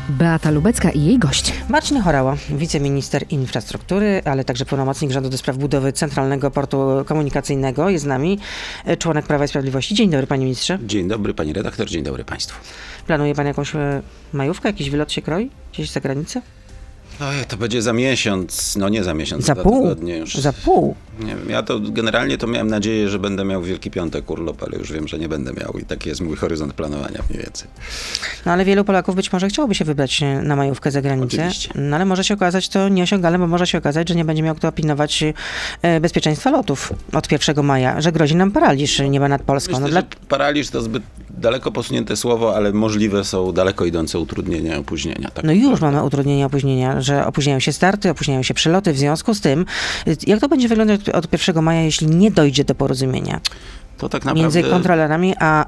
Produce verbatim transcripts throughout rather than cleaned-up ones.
Beata Lubecka i jej gość. Marcin Horała, wiceminister infrastruktury, ale także pełnomocnik rządu do spraw budowy Centralnego Portu Komunikacyjnego. Jest z nami członek Prawa i Sprawiedliwości. Dzień dobry, panie ministrze. Dzień dobry, pani redaktor. Dzień dobry państwu. Planuje pan jakąś majówkę? Jakiś wylot się kroi? Gdzieś za granicę? Ojej, to będzie za miesiąc, no nie za miesiąc, za za pół. tygodnie już. Za pół. Nie wiem, ja to generalnie to miałem nadzieję, że będę miał w Wielki Piątek urlop, ale już wiem, że nie będę miał i taki jest mój horyzont planowania mniej więcej. No ale wielu Polaków być może chciałoby się wybrać na majówkę za granicę. Oczywiście. No ale może się okazać to nieosiągalne, bo może się okazać, że nie będzie miał kto pilnować e, bezpieczeństwa lotów od pierwszego maja, że grozi nam paraliż nieba nad Polską. Myślę, no dla... że paraliż to zbyt daleko posunięte słowo, ale możliwe są daleko idące utrudnienia i opóźnienia. Tak no już naprawdę. mamy utrudnienia, opóźnienia, że opóźniają się starty, opóźniają się przeloty. W związku z tym, jak to będzie wyglądać od pierwszego maja, jeśli nie dojdzie do porozumienia to tak naprawdę... między kontrolerami a,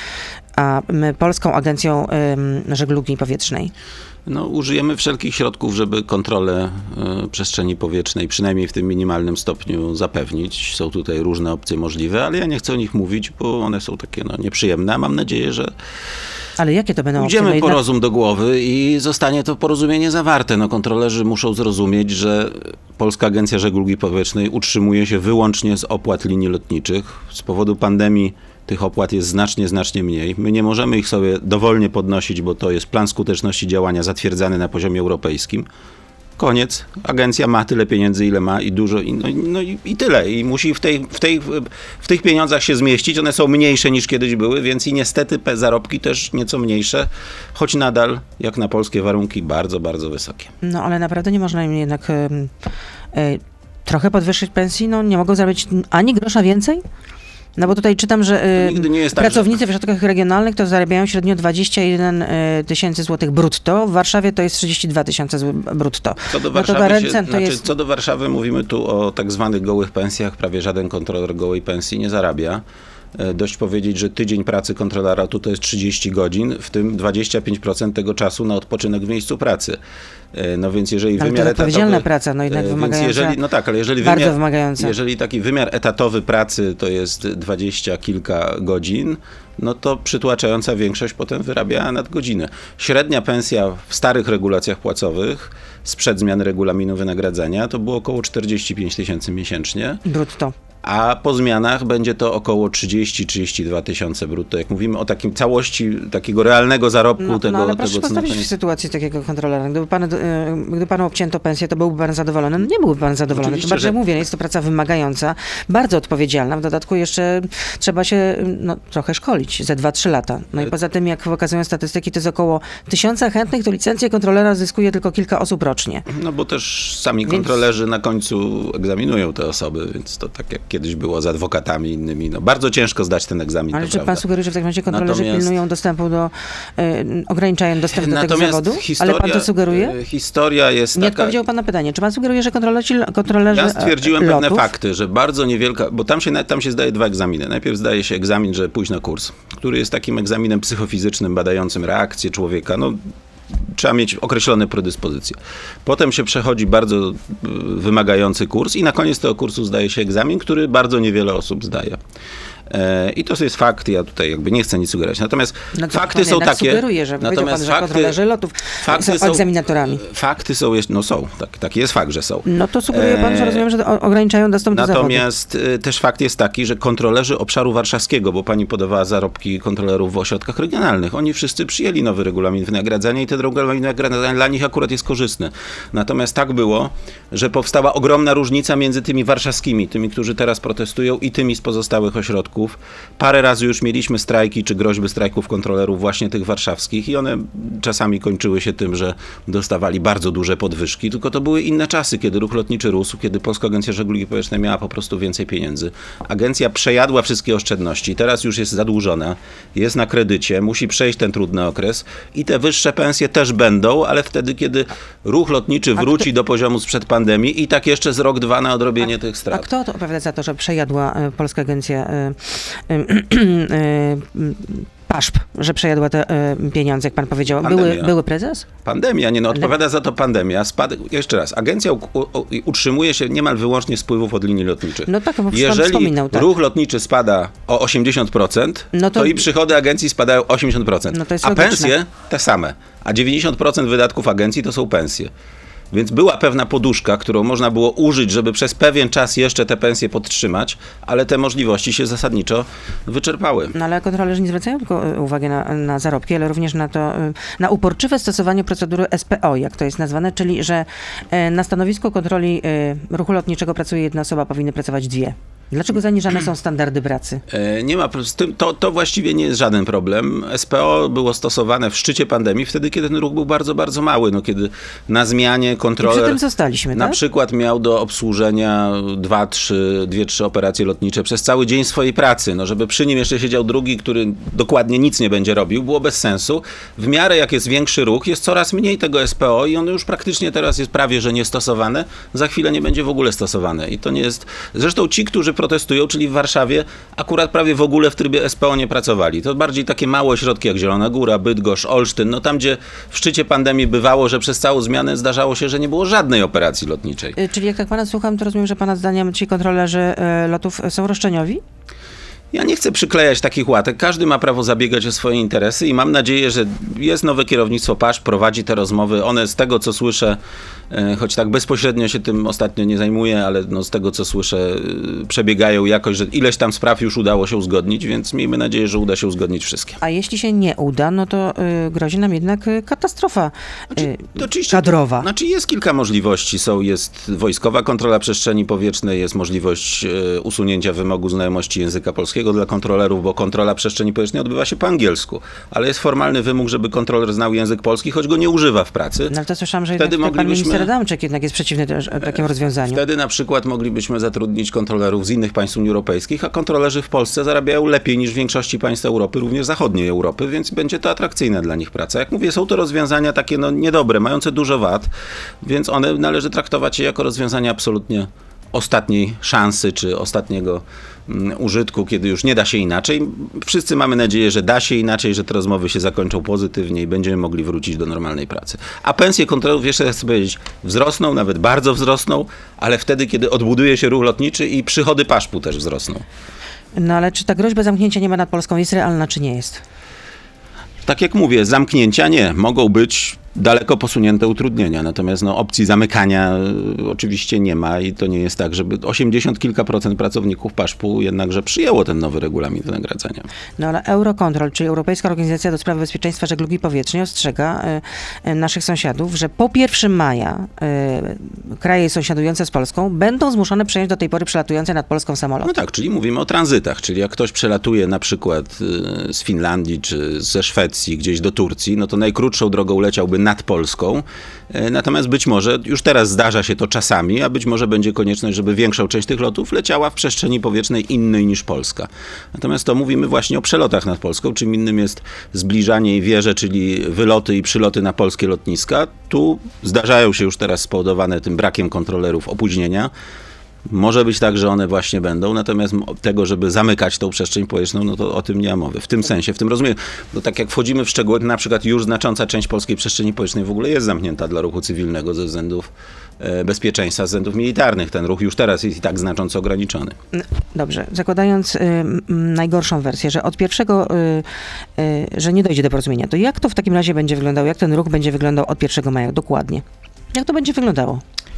a Polską Agencją Żeglugi Powietrznej? No, użyjemy wszelkich środków, żeby kontrolę y, przestrzeni powietrznej, przynajmniej w tym minimalnym stopniu, zapewnić. Są tutaj różne opcje możliwe, ale ja nie chcę o nich mówić, bo one są takie no, nieprzyjemne. Mam nadzieję, że ale jakie to będą Pójdziemy opcje? po rozum do głowy i zostanie to porozumienie zawarte. No, kontrolerzy muszą zrozumieć, że Polska Agencja Żeglugi Powietrznej utrzymuje się wyłącznie z opłat linii lotniczych. Z powodu pandemii tych opłat jest znacznie, znacznie mniej. My nie możemy ich sobie dowolnie podnosić, bo to jest plan skuteczności działania zatwierdzany na poziomie europejskim. Koniec. Agencja ma tyle pieniędzy, ile ma i dużo, i, no, no i, i tyle. I musi w, tej, w, tej, w tych pieniądzach się zmieścić. One są mniejsze niż kiedyś były, więc i niestety zarobki też nieco mniejsze, choć nadal, jak na polskie warunki, bardzo, bardzo wysokie. No ale naprawdę nie można im jednak y, y, trochę podwyższyć pensji? No nie mogą zarabiać ani grosza więcej? No bo tutaj czytam, że y, nie jest pracownicy tak, że... w ośrodkach regionalnych to zarabiają średnio dwadzieścia jeden tysięcy złotych brutto. W Warszawie to jest trzydzieści dwa tysiące brutto. Co do, no to Warszawy się, to znaczy, jest... co do Warszawy mówimy tu o tak zwanych gołych pensjach. Prawie żaden kontroler gołej pensji nie zarabia. Dość powiedzieć, że tydzień pracy kontrolera tu to jest trzydzieści godzin, w tym dwadzieścia pięć procent tego czasu na odpoczynek w miejscu pracy. No więc jeżeli ale wymiar to odpowiedzialna etatowy, praca, no jednak wymagająca. Jeżeli, no tak, ale jeżeli bardzo wymiar, wymagająca. Jeżeli taki wymiar etatowy pracy to jest dwadzieścia kilka godzin, no to przytłaczająca większość potem wyrabia nadgodziny. Średnia pensja w starych regulacjach płacowych sprzed zmiany regulaminu wynagradzania to było około czterdzieści pięć tysięcy miesięcznie. Brutto. A po zmianach będzie to około trzydzieści do trzydziestu dwóch tysięcy brutto. Jak mówimy o takim całości takiego realnego zarobku no, tego, no, ale tego proszę co postawić na koniec... w sytuacji takiego kontrolera. Gdyby, pan, gdyby panu obcięto pensję, to byłby pan zadowolony? No nie byłby pan zadowolony. Tym bardziej że... mówię, jest to praca wymagająca, bardzo odpowiedzialna. W dodatku jeszcze trzeba się no, trochę szkolić ze dwa trzy lata. No i poza tym, jak pokazują statystyki, to jest około tysiąca chętnych, to licencję kontrolera zyskuje tylko kilka osób rocznie. No bo też sami więc... kontrolerzy na końcu egzaminują te osoby, więc to tak jak kiedyś było z adwokatami innymi. No, bardzo ciężko zdać ten egzamin. Ale to czy prawda. pan sugeruje, że w takim razie kontrolerzy Natomiast... pilnują dostępu do, y, ograniczają dostęp do Natomiast tego zawodu? Historia, Ale pan to sugeruje? Historia jest Nie taka... odpowiedział pan na pytanie. Czy pan sugeruje, że kontrolerzy, kontrolerzy Ja stwierdziłem lotów... pewne fakty, że bardzo niewielka, bo tam się, tam się zdaje dwa egzaminy. Najpierw zdaje się egzamin, że pójść na kurs, który jest takim egzaminem psychofizycznym, badającym reakcję człowieka. No, trzeba mieć określone predyspozycje. Potem się przechodzi bardzo wymagający kurs i na koniec tego kursu zdaje się egzamin, który bardzo niewiele osób zdaje. I to jest fakt, ja tutaj jakby nie chcę nic sugerować. Natomiast no fakty są takie. Sugeruje, że natomiast pan, że kontrolerzy lotów fakty są egzaminatorami. Fakty są, no są, tak, taki jest fakt, że są. No to sugeruje pan, że rozumiem, że ograniczają dostęp do zawodu. Natomiast też fakt jest taki, że kontrolerzy obszaru warszawskiego, bo pani podawała zarobki kontrolerów w ośrodkach regionalnych, oni wszyscy przyjęli nowy regulamin wynagradzania i ten regulamin wynagradzania dla nich akurat jest korzystny. Natomiast tak było, że powstała ogromna różnica między tymi warszawskimi, tymi, którzy teraz protestują i tymi z pozostałych ośrodków. Parę razy już mieliśmy strajki czy groźby strajków kontrolerów właśnie tych warszawskich i one czasami kończyły się tym, że dostawali bardzo duże podwyżki, tylko to były inne czasy, kiedy ruch lotniczy rósł, kiedy Polska Agencja Żeglugi Powietrznej miała po prostu więcej pieniędzy. Agencja przejadła wszystkie oszczędności, teraz już jest zadłużona, jest na kredycie, musi przejść ten trudny okres i te wyższe pensje też będą, ale wtedy, kiedy ruch lotniczy wróci kto... do poziomu sprzed pandemii i tak jeszcze z rok, dwa na odrobienie a, tych strat. A kto odpowiada za to, że przejadła y, Polska Agencja y, y, y, y, Paszp, że przejadła te y, pieniądze, jak pan powiedział. Były, były prezes? Pandemia, nie no, odpowiada za to pandemia. Spadek, jeszcze raz, agencja u, u, utrzymuje się niemal wyłącznie z wpływów od linii lotniczych. No tak, bo jeżeli wspominał, tak. ruch lotniczy spada o osiemdziesiąt procent, no to... to i przychody agencji spadają o osiemdziesiąt procent. No to jest a logiczne. Pensje te same. A dziewięćdziesiąt procent wydatków agencji to są pensje. Więc była pewna poduszka, którą można było użyć, żeby przez pewien czas jeszcze te pensje podtrzymać, ale te możliwości się zasadniczo wyczerpały. No ale kontrolerzy nie zwracają tylko uwagi na, na zarobki, ale również na to, na uporczywe stosowanie procedury S P O, jak to jest nazwane, czyli że na stanowisku kontroli ruchu lotniczego pracuje jedna osoba, powinny pracować dwie. Dlaczego zaniżane są standardy pracy? Nie ma, z tym, to, to właściwie nie jest żaden problem. S P O było stosowane w szczycie pandemii, wtedy, kiedy ten ruch był bardzo, bardzo mały. No, kiedy na zmianie kontroler I przy tym zostaliśmy, na tak? przykład miał do obsłużenia dwa, trzy, dwie, trzy operacje lotnicze przez cały dzień swojej pracy. No, żeby przy nim jeszcze siedział drugi, który dokładnie nic nie będzie robił, było bez sensu. W miarę jak jest większy ruch, jest coraz mniej tego S P O i on już praktycznie teraz jest prawie, że niestosowane. Za chwilę nie będzie w ogóle stosowane. I to nie jest... Zresztą ci, którzy protestują, czyli w Warszawie, akurat prawie w ogóle w trybie S P O nie pracowali. To bardziej takie małe ośrodki jak Zielona Góra, Bydgoszcz, Olsztyn, no tam, gdzie w szczycie pandemii bywało, że przez całą zmianę zdarzało się, że nie było żadnej operacji lotniczej. Czyli jak tak pana słucham, to rozumiem, że pana zdaniem ci kontrolerzy lotów są roszczeniowi? Ja nie chcę przyklejać takich łatek. Każdy ma prawo zabiegać o swoje interesy i mam nadzieję, że jest nowe kierownictwo Paszp, prowadzi te rozmowy. One z tego, co słyszę, choć tak bezpośrednio się tym ostatnio nie zajmuję, ale no z tego, co słyszę, przebiegają jakoś, że ileś tam spraw już udało się uzgodnić, więc miejmy nadzieję, że uda się uzgodnić wszystkie. A jeśli się nie uda, no to y, grozi nam jednak y, katastrofa y, znaczy, kadrowa. Znaczy jest kilka możliwości. Są, jest wojskowa kontrola przestrzeni powietrznej, jest możliwość y, usunięcia wymogu znajomości języka polskiego dla kontrolerów, bo kontrola przestrzeni powietrznej odbywa się po angielsku, ale jest formalny wymóg, żeby kontroler znał język polski, choć go nie używa w pracy. No to słyszałam, że Wtedy jednak pan minister Adamczyk jednak jest przeciwny też, takiemu rozwiązaniu. Wtedy na przykład moglibyśmy zatrudnić kontrolerów z innych państw Unii Europejskiej, a kontrolerzy w Polsce zarabiają lepiej niż w większości państw Europy, również zachodniej Europy, więc będzie to atrakcyjna dla nich praca. Jak mówię, są to rozwiązania takie no, niedobre, mające dużo wad, więc one należy traktować je jako rozwiązania absolutnie ostatniej szansy, czy ostatniego um, użytku, kiedy już nie da się inaczej. Wszyscy mamy nadzieję, że da się inaczej, że te rozmowy się zakończą pozytywnie i będziemy mogli wrócić do normalnej pracy. A pensje kontrolerów, jeszcze chcę powiedzieć, wzrosną, nawet bardzo wzrosną, ale wtedy, kiedy odbuduje się ruch lotniczy i przychody Paszpu też wzrosną. No ale czy ta groźba zamknięcia nieba nad Polską jest realna, czy nie jest? Tak jak mówię, zamknięcia nie. Mogą być daleko posunięte utrudnienia, natomiast no, opcji zamykania y, oczywiście nie ma i to nie jest tak, żeby osiemdziesiąt kilka procent pracowników Paszpu jednakże przyjęło ten nowy regulamin wynagradzania. No ale Eurocontrol, czyli Europejska Organizacja do Spraw Bezpieczeństwa Żeglugi Powietrznej, ostrzega y, y, naszych sąsiadów, że po pierwszego maja y, kraje sąsiadujące z Polską będą zmuszone przejąć do tej pory przelatujące nad Polską samoloty. No tak, czyli mówimy o tranzytach, czyli jak ktoś przelatuje na przykład y, z Finlandii czy ze Szwecji gdzieś do Turcji, no to najkrótszą drogą leciałby nad Polską. Natomiast być może, już teraz zdarza się to czasami, a być może będzie konieczność, żeby większą część tych lotów leciała w przestrzeni powietrznej innej niż Polska. Natomiast to mówimy właśnie o przelotach nad Polską, czym innym jest zbliżanie i wieże, czyli wyloty i przyloty na polskie lotniska. Tu zdarzają się już teraz spowodowane tym brakiem kontrolerów opóźnienia. Może być tak, że one właśnie będą, natomiast tego, żeby zamykać tą przestrzeń powietrzną, no to o tym nie ma mowy. W tym sensie, w tym rozumieniu. No tak jak wchodzimy w szczegóły, to na przykład już znacząca część polskiej przestrzeni powietrznej w ogóle jest zamknięta dla ruchu cywilnego ze względów e, bezpieczeństwa, ze względów militarnych. Ten ruch już teraz jest i tak znacząco ograniczony. Dobrze. Zakładając y, najgorszą wersję, że od pierwszego, y, y, że nie dojdzie do porozumienia, to jak to w takim razie będzie wyglądało? Jak ten ruch będzie wyglądał od pierwszego maja? Dokładnie. Jak to będzie wyglądało?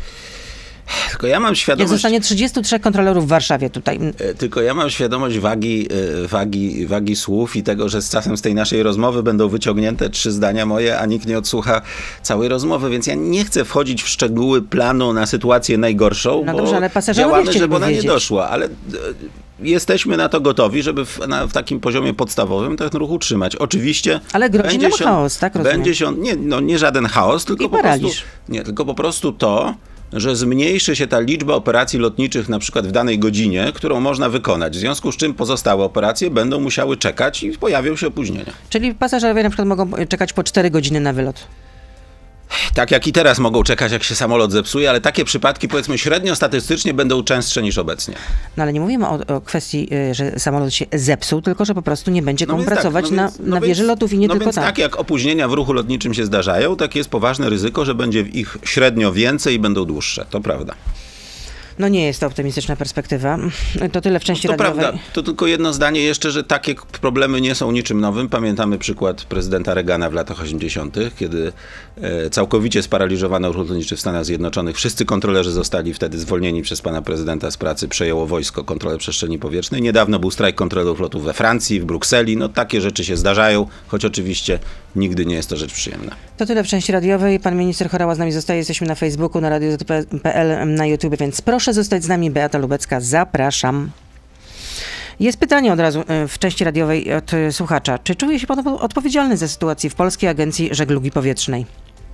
Tylko ja mam świadomość... Jak zostanie trzydziestu trzech kontrolerów w Warszawie tutaj. Tylko ja mam świadomość wagi, wagi, wagi słów i tego, że z czasem z tej naszej rozmowy będą wyciągnięte trzy zdania moje, a nikt nie odsłucha całej rozmowy, więc ja nie chcę wchodzić w szczegóły planu na sytuację najgorszą, no bo dobrze, ale działamy, żeby ona nie doszła, ale jesteśmy na to gotowi, żeby w, na, w takim poziomie podstawowym ten ruch utrzymać. Oczywiście ale grozi nam chaos, tak? Rozumiem. Będzie się, nie, no, nie żaden chaos, tylko po, prostu, nie, tylko po prostu to, że zmniejszy się ta liczba operacji lotniczych na przykład w danej godzinie, którą można wykonać, w związku z czym pozostałe operacje będą musiały czekać i pojawią się opóźnienia. Czyli pasażerowie na przykład mogą czekać po cztery godziny na wylot? Tak jak i teraz mogą czekać, jak się samolot zepsuje, ale takie przypadki, powiedzmy, średnio statystycznie będą częstsze niż obecnie. No ale nie mówimy o, o kwestii, że samolot się zepsuł, tylko że po prostu nie będzie komu no pracować tak, no na, więc, no na wieży więc, lotów i nie no tylko więc tam. Tak jak opóźnienia w ruchu lotniczym się zdarzają, tak jest poważne ryzyko, że będzie ich średnio więcej i będą dłuższe. To prawda. No nie jest to optymistyczna perspektywa. To tyle w części To radiowej. prawda. To tylko jedno zdanie jeszcze, że takie problemy nie są niczym nowym. Pamiętamy przykład prezydenta Reagana w latach osiemdziesiątych, kiedy e, całkowicie sparaliżowano ruch lotniczy w Stanach Zjednoczonych. Wszyscy kontrolerzy zostali wtedy zwolnieni przez pana prezydenta z pracy. Przejęło wojsko kontrolę przestrzeni powietrznej. Niedawno był strajk kontrolerów lotów we Francji, w Brukseli. No takie rzeczy się zdarzają, choć oczywiście nigdy nie jest to rzecz przyjemna. To tyle w części radiowej. Pan minister Horała z nami zostaje. Jesteśmy na Facebooku, na radio kropka pe el, na YouTube, więc proszę zostać z nami. Beata Lubecka, zapraszam. Jest pytanie od razu w części radiowej od słuchacza. Czy czuje się pan odpowiedzialny za sytuację w Polskiej Agencji Żeglugi Powietrznej?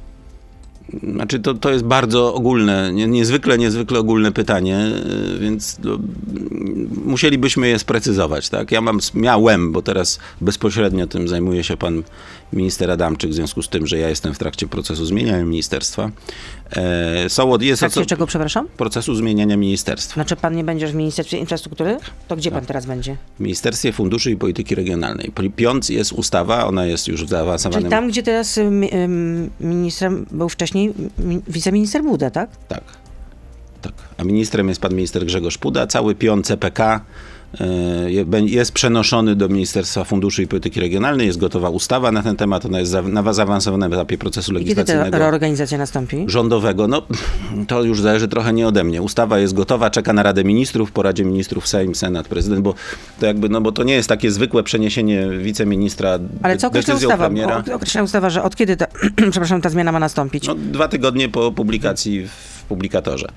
Znaczy to, to jest bardzo ogólne, nie, niezwykle, niezwykle ogólne pytanie, więc no, musielibyśmy je sprecyzować, tak? Ja mam, miałem, bo teraz bezpośrednio tym zajmuje się pan minister Adamczyk, w związku z tym, że ja jestem w trakcie procesu zmieniania ministerstwa. E, są od, jest W trakcie o co, czego, przepraszam? procesu zmieniania ministerstwa. Znaczy pan nie będziesz w Ministerstwie Infrastruktury? To gdzie pan teraz będzie? W Ministerstwie Funduszy i Polityki Regionalnej. Piąc jest ustawa, ona jest już w zaawansowanym... Czyli tam, gdzie teraz ym, ym, ministrem był wcześniej mi, wiceminister Buda, tak? Tak. Tak. A ministrem jest pan minister Grzegorz Puda. Cały pion C P K jest przenoszony do Ministerstwa Funduszy i Polityki Regionalnej. Jest gotowa ustawa na ten temat. Ona jest na zaawansowanym etapie procesu legislacyjnego. Kiedy ta reorganizacja nastąpi? Rządowego. No, to już zależy trochę nie ode mnie. Ustawa jest gotowa, czeka na Radę Ministrów, po Radzie Ministrów Sejm, Senat, Prezydent, bo to jakby, no bo to nie jest takie zwykłe przeniesienie wiceministra. Ale co określa ustawa? Premiera. Określa ustawa, że od kiedy ta, przepraszam, ta zmiana ma nastąpić? No, dwa tygodnie po publikacji w publikatorze.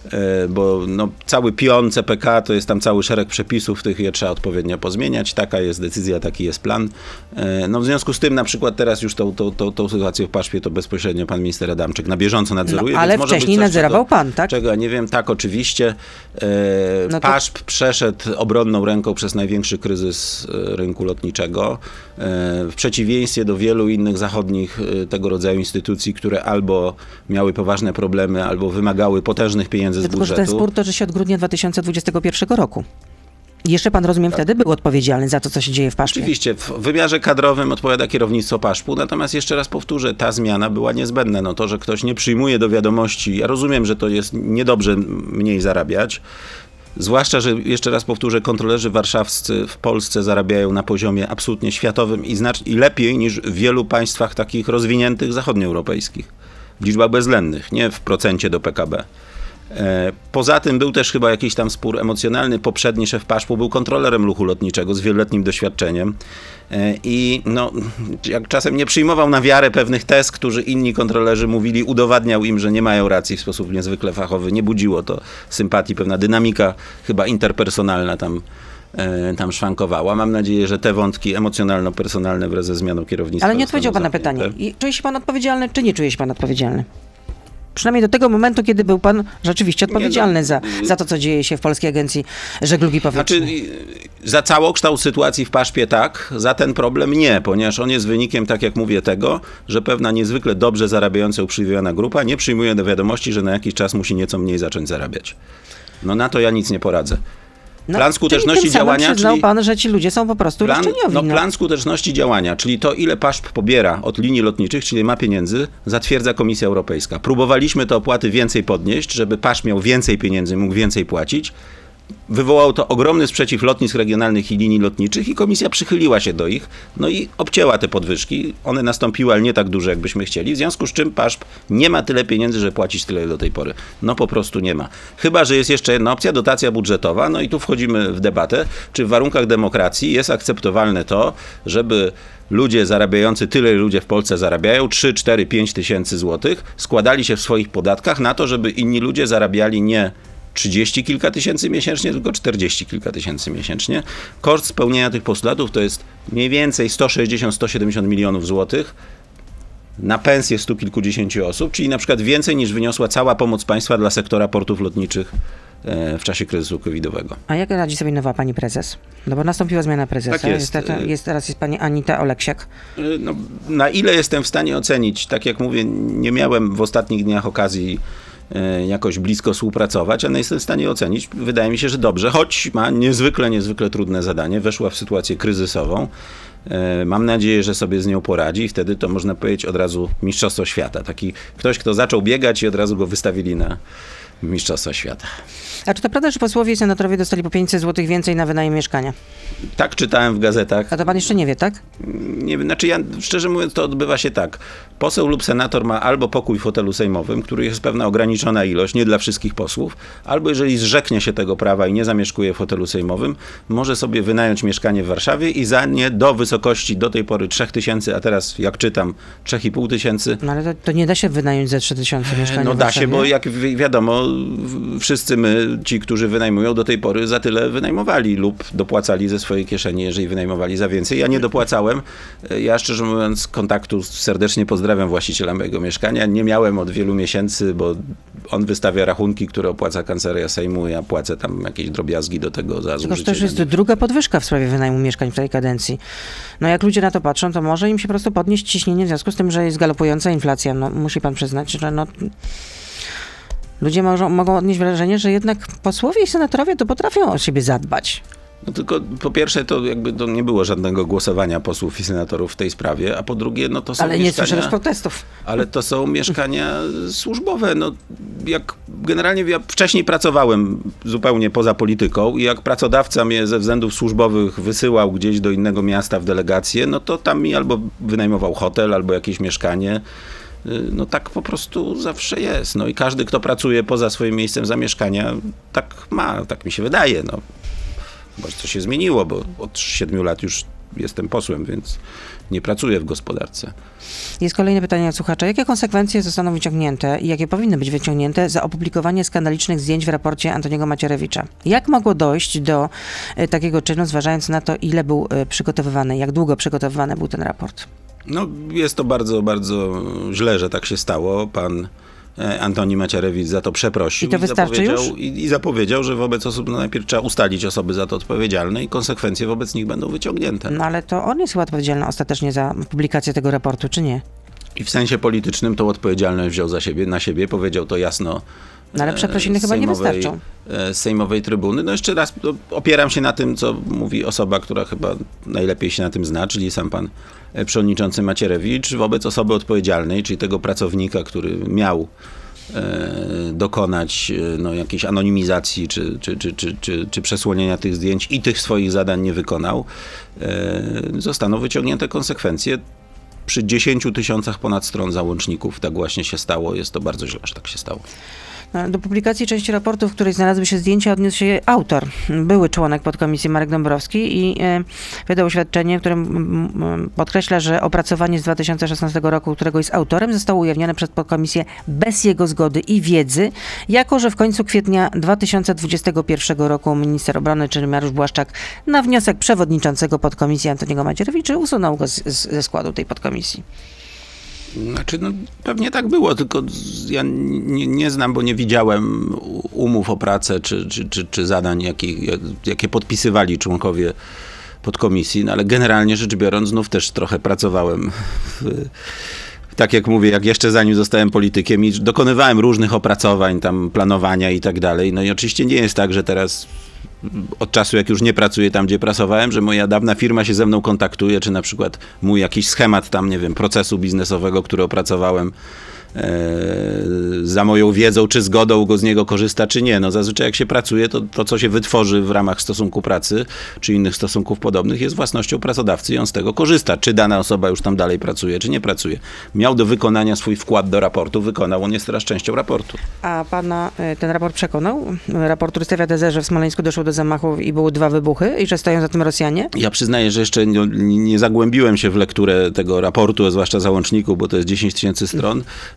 Bo no, cały pion C P K to jest tam cały szereg przepisów, tych je trzeba odpowiednio pozmieniać. Taka jest decyzja, taki jest plan. No, w związku z tym na przykład teraz już tą, tą, tą, tą sytuację w Paszpie to bezpośrednio pan minister Adamczyk na bieżąco nadzoruje. No, ale więc może wcześniej być coś, nadzorował czego, pan, tak? Czego ja nie wiem, tak oczywiście. E, no to... Paszp przeszedł obronną ręką przez największy kryzys rynku lotniczego. E, w przeciwieństwie do wielu innych zachodnich e, tego rodzaju instytucji, które albo miały poważne problemy, albo wymagały potężnych pieniędzy z Tylko, budżetu. że ten spór toczy się od grudnia dwa tysiące dwudziestego pierwszego roku. Jeszcze pan, rozumiem, tak. wtedy był odpowiedzialny za to, co się dzieje w Paszpie. Oczywiście, w wymiarze kadrowym odpowiada kierownictwo Paszpu, natomiast jeszcze raz powtórzę, ta zmiana była niezbędna. No to, że ktoś nie przyjmuje do wiadomości, ja rozumiem, że to jest niedobrze mniej zarabiać, zwłaszcza, że jeszcze raz powtórzę, kontrolerzy warszawscy w Polsce zarabiają na poziomie absolutnie światowym i, znacz- i lepiej niż w wielu państwach takich rozwiniętych zachodnioeuropejskich. W liczbach bezwzględnych, nie w procencie do P K B. Poza tym był też chyba jakiś tam spór emocjonalny. Poprzedni szef Paszpu był kontrolerem ruchu lotniczego z wieloletnim doświadczeniem i no, jak czasem nie przyjmował na wiarę pewnych tez, którzy inni kontrolerzy mówili, udowadniał im, że nie mają racji w sposób niezwykle fachowy. Nie budziło to sympatii, pewna dynamika chyba interpersonalna tam, tam szwankowała. Mam nadzieję, że te wątki emocjonalno-personalne wraz ze zmianą kierownictwa... Ale nie odpowiedział pan na pytanie. I czuje się pan odpowiedzialny, czy nie czuje się pan odpowiedzialny? Przynajmniej do tego momentu, kiedy był pan rzeczywiście odpowiedzialny nie, no, za, za to, co dzieje się w Polskiej Agencji Żeglugi Powietrznej. Znaczy, za całokształt sytuacji w Paszpie tak, za ten problem nie, ponieważ on jest wynikiem, tak jak mówię, tego, że pewna niezwykle dobrze zarabiająca, uprzywilejowana grupa nie przyjmuje do wiadomości, że na jakiś czas musi nieco mniej zacząć zarabiać. No na to ja nic nie poradzę. No, plan skuteczności czyli tym działania, przyznał czyli pan, że ci ludzie są po prostu plan, roszczeniowi. no, No. plan skuteczności działania, czyli to, ile Paszp pobiera od linii lotniczych, czyli ma pieniędzy, zatwierdza Komisja Europejska. Próbowaliśmy te opłaty więcej podnieść, żeby Paszp miał więcej pieniędzy, mógł więcej płacić. Wywołało to ogromny sprzeciw lotnisk regionalnych i linii lotniczych i komisja przychyliła się do ich, no i obcięła te podwyżki. One nastąpiły, ale nie tak duże, jakbyśmy chcieli, w związku z czym Paszp nie ma tyle pieniędzy, żeby płacić tyle do tej pory. No po prostu nie ma. Chyba że jest jeszcze jedna opcja, dotacja budżetowa, no i tu wchodzimy w debatę, czy w warunkach demokracji jest akceptowalne to, żeby ludzie zarabiający tyle, ile ludzie w Polsce zarabiają, trzy, cztery, pięć tysięcy złotych, składali się w swoich podatkach na to, żeby inni ludzie zarabiali nie trzydzieści kilka tysięcy miesięcznie, tylko czterdzieści kilka tysięcy miesięcznie. Koszt spełnienia tych postulatów to jest mniej więcej sto sześćdziesiąt do stu siedemdziesięciu milionów złotych na pensję stu kilkudziesięciu osób, czyli na przykład więcej niż wyniosła cała pomoc państwa dla sektora portów lotniczych w czasie kryzysu covidowego. A jak radzi sobie nowa pani prezes? No bo nastąpiła zmiana prezesa. Tak jest. Jest, jest, teraz jest pani Anita Oleksiak. No, na ile jestem w stanie ocenić, tak jak mówię, nie miałem w ostatnich dniach okazji jakoś blisko współpracować, ale jestem w stanie ocenić, wydaje mi się, że dobrze, choć ma niezwykle, niezwykle trudne zadanie, weszła w sytuację kryzysową. Mam nadzieję, że sobie z nią poradzi i wtedy to można powiedzieć od razu mistrzostwo świata. Taki ktoś, kto zaczął biegać i od razu go wystawili na mistrzostwa świata. A czy to prawda, że posłowie i senatorowie dostali po pięćset złotych więcej na wynajem mieszkania? Tak czytałem w gazetach. A to pan jeszcze nie wie, tak? Nie wiem, znaczy ja, szczerze mówiąc, to odbywa się tak. Poseł lub senator ma albo pokój w fotelu sejmowym, który jest pewna ograniczona ilość, nie dla wszystkich posłów, albo jeżeli zrzeknie się tego prawa i nie zamieszkuje w fotelu sejmowym, może sobie wynająć mieszkanie w Warszawie i za nie do wysokości do tej pory trzech tysięcy, a teraz jak czytam trzy i pół tysięcy. No ale to, to nie da się wynająć za trzy tysiące mieszkania No w da Warszawie? się, bo jak wi- wiadomo, wszyscy my, ci, którzy wynajmują, do tej pory za tyle wynajmowali lub dopłacali ze swojej kieszeni, jeżeli wynajmowali za więcej. Ja nie dopłacałem. Ja szczerze mówiąc kontaktu serdecznie pozdrawiam właściciela mojego mieszkania. Nie miałem od wielu miesięcy, bo on wystawia rachunki, które opłaca kancelaria Sejmu. Ja płacę tam jakieś drobiazgi do tego za zużycie. Tylko to też jest druga podwyżka w sprawie wynajmu mieszkań w tej kadencji. No jak ludzie na to patrzą, to może im się po prostu podnieść ciśnienie w związku z tym, że jest galopująca inflacja. No musi pan przyznać, że no... Ludzie mogą, mogą odnieść wrażenie, że jednak posłowie i senatorowie to potrafią o siebie zadbać. No tylko po pierwsze to jakby to nie było żadnego głosowania posłów i senatorów w tej sprawie, a po drugie no to są Ale nie mieszkania, słyszę też protestów. Ale to są mieszkania służbowe. No, jak generalnie ja wcześniej pracowałem zupełnie poza polityką i jak pracodawca mnie ze względów służbowych wysyłał gdzieś do innego miasta w delegację, no to tam mi albo wynajmował hotel, albo jakieś mieszkanie. No tak po prostu zawsze jest. No i każdy, kto pracuje poza swoim miejscem zamieszkania, tak ma, tak mi się wydaje. No. Chyba, że coś się zmieniło, bo od siedmiu lat już jestem posłem, więc nie pracuję w gospodarce. Jest kolejne pytanie od słuchacza. Jakie konsekwencje zostaną wyciągnięte i jakie powinny być wyciągnięte za opublikowanie skandalicznych zdjęć w raporcie Antoniego Macierewicza? Jak mogło dojść do y, takiego czynu, zważając na to, ile był y, przygotowywany, jak długo przygotowywany był ten raport? No jest to bardzo, bardzo źle, że tak się stało. Pan Antoni Macierewicz za to przeprosił. I to wystarczy zapowiedział, już? I, I zapowiedział, że wobec osób, no najpierw trzeba ustalić osoby za to odpowiedzialne i konsekwencje wobec nich będą wyciągnięte. No ale to on jest chyba odpowiedzialny ostatecznie za publikację tego raportu, czy nie? I w sensie politycznym tą odpowiedzialność wziął za siebie, na siebie, powiedział to jasno. No ale przeprosiny chyba nie wystarczą. Z sejmowej trybuny. No jeszcze raz opieram się na tym, co mówi osoba, która chyba najlepiej się na tym zna, czyli sam pan przewodniczący Macierewicz, wobec osoby odpowiedzialnej, czyli tego pracownika, który miał e, dokonać no, jakiejś anonimizacji czy, czy, czy, czy, czy, czy przesłonienia tych zdjęć i tych swoich zadań nie wykonał, e, zostaną wyciągnięte konsekwencje. Przy dziesięciu tysiącach ponad stron załączników tak właśnie się stało. Jest to bardzo źle, że tak się stało. Do publikacji części raportu, w której znalazły się zdjęcia, odniósł się autor, były członek podkomisji Marek Dąbrowski i e, wydał oświadczenie, w którym m, podkreśla, że opracowanie z dwa tysiące szesnastego roku, którego jest autorem, zostało ujawnione przez podkomisję bez jego zgody i wiedzy, jako że w końcu kwietnia dwa tysiące dwudziestego pierwszego roku minister obrony, czyli Mariusz Błaszczak, na wniosek przewodniczącego podkomisji Antoniego Macierewicza usunął go z, z, ze składu tej podkomisji. Znaczy, no pewnie tak było, tylko ja nie, nie znam, bo nie widziałem umów o pracę czy, czy, czy, czy zadań, jakie, jakie podpisywali członkowie podkomisji, no ale generalnie rzecz biorąc, znów też trochę pracowałem w, tak jak mówię, jak jeszcze zanim zostałem politykiem i dokonywałem różnych opracowań, tam planowania i tak dalej. No i oczywiście nie jest tak, że teraz od czasu, jak już nie pracuję tam, gdzie pracowałem, że moja dawna firma się ze mną kontaktuje, czy na przykład mój jakiś schemat tam, nie wiem, procesu biznesowego, który opracowałem, za moją wiedzą, czy zgodą go z niego korzysta, czy nie. No zazwyczaj jak się pracuje, to to, co się wytworzy w ramach stosunku pracy, czy innych stosunków podobnych, jest własnością pracodawcy i on z tego korzysta. Czy dana osoba już tam dalej pracuje, czy nie pracuje. Miał do wykonania swój wkład do raportu, wykonał, on jest teraz częścią raportu. A pana ten raport przekonał? Raport, który stawia tezę, że w Smoleńsku doszło do zamachów i były dwa wybuchy i że stoją za tym Rosjanie? Ja przyznaję, że jeszcze nie, nie zagłębiłem się w lekturę tego raportu, a zwłaszcza załączniku, bo to jest dziesięć tysięcy stron.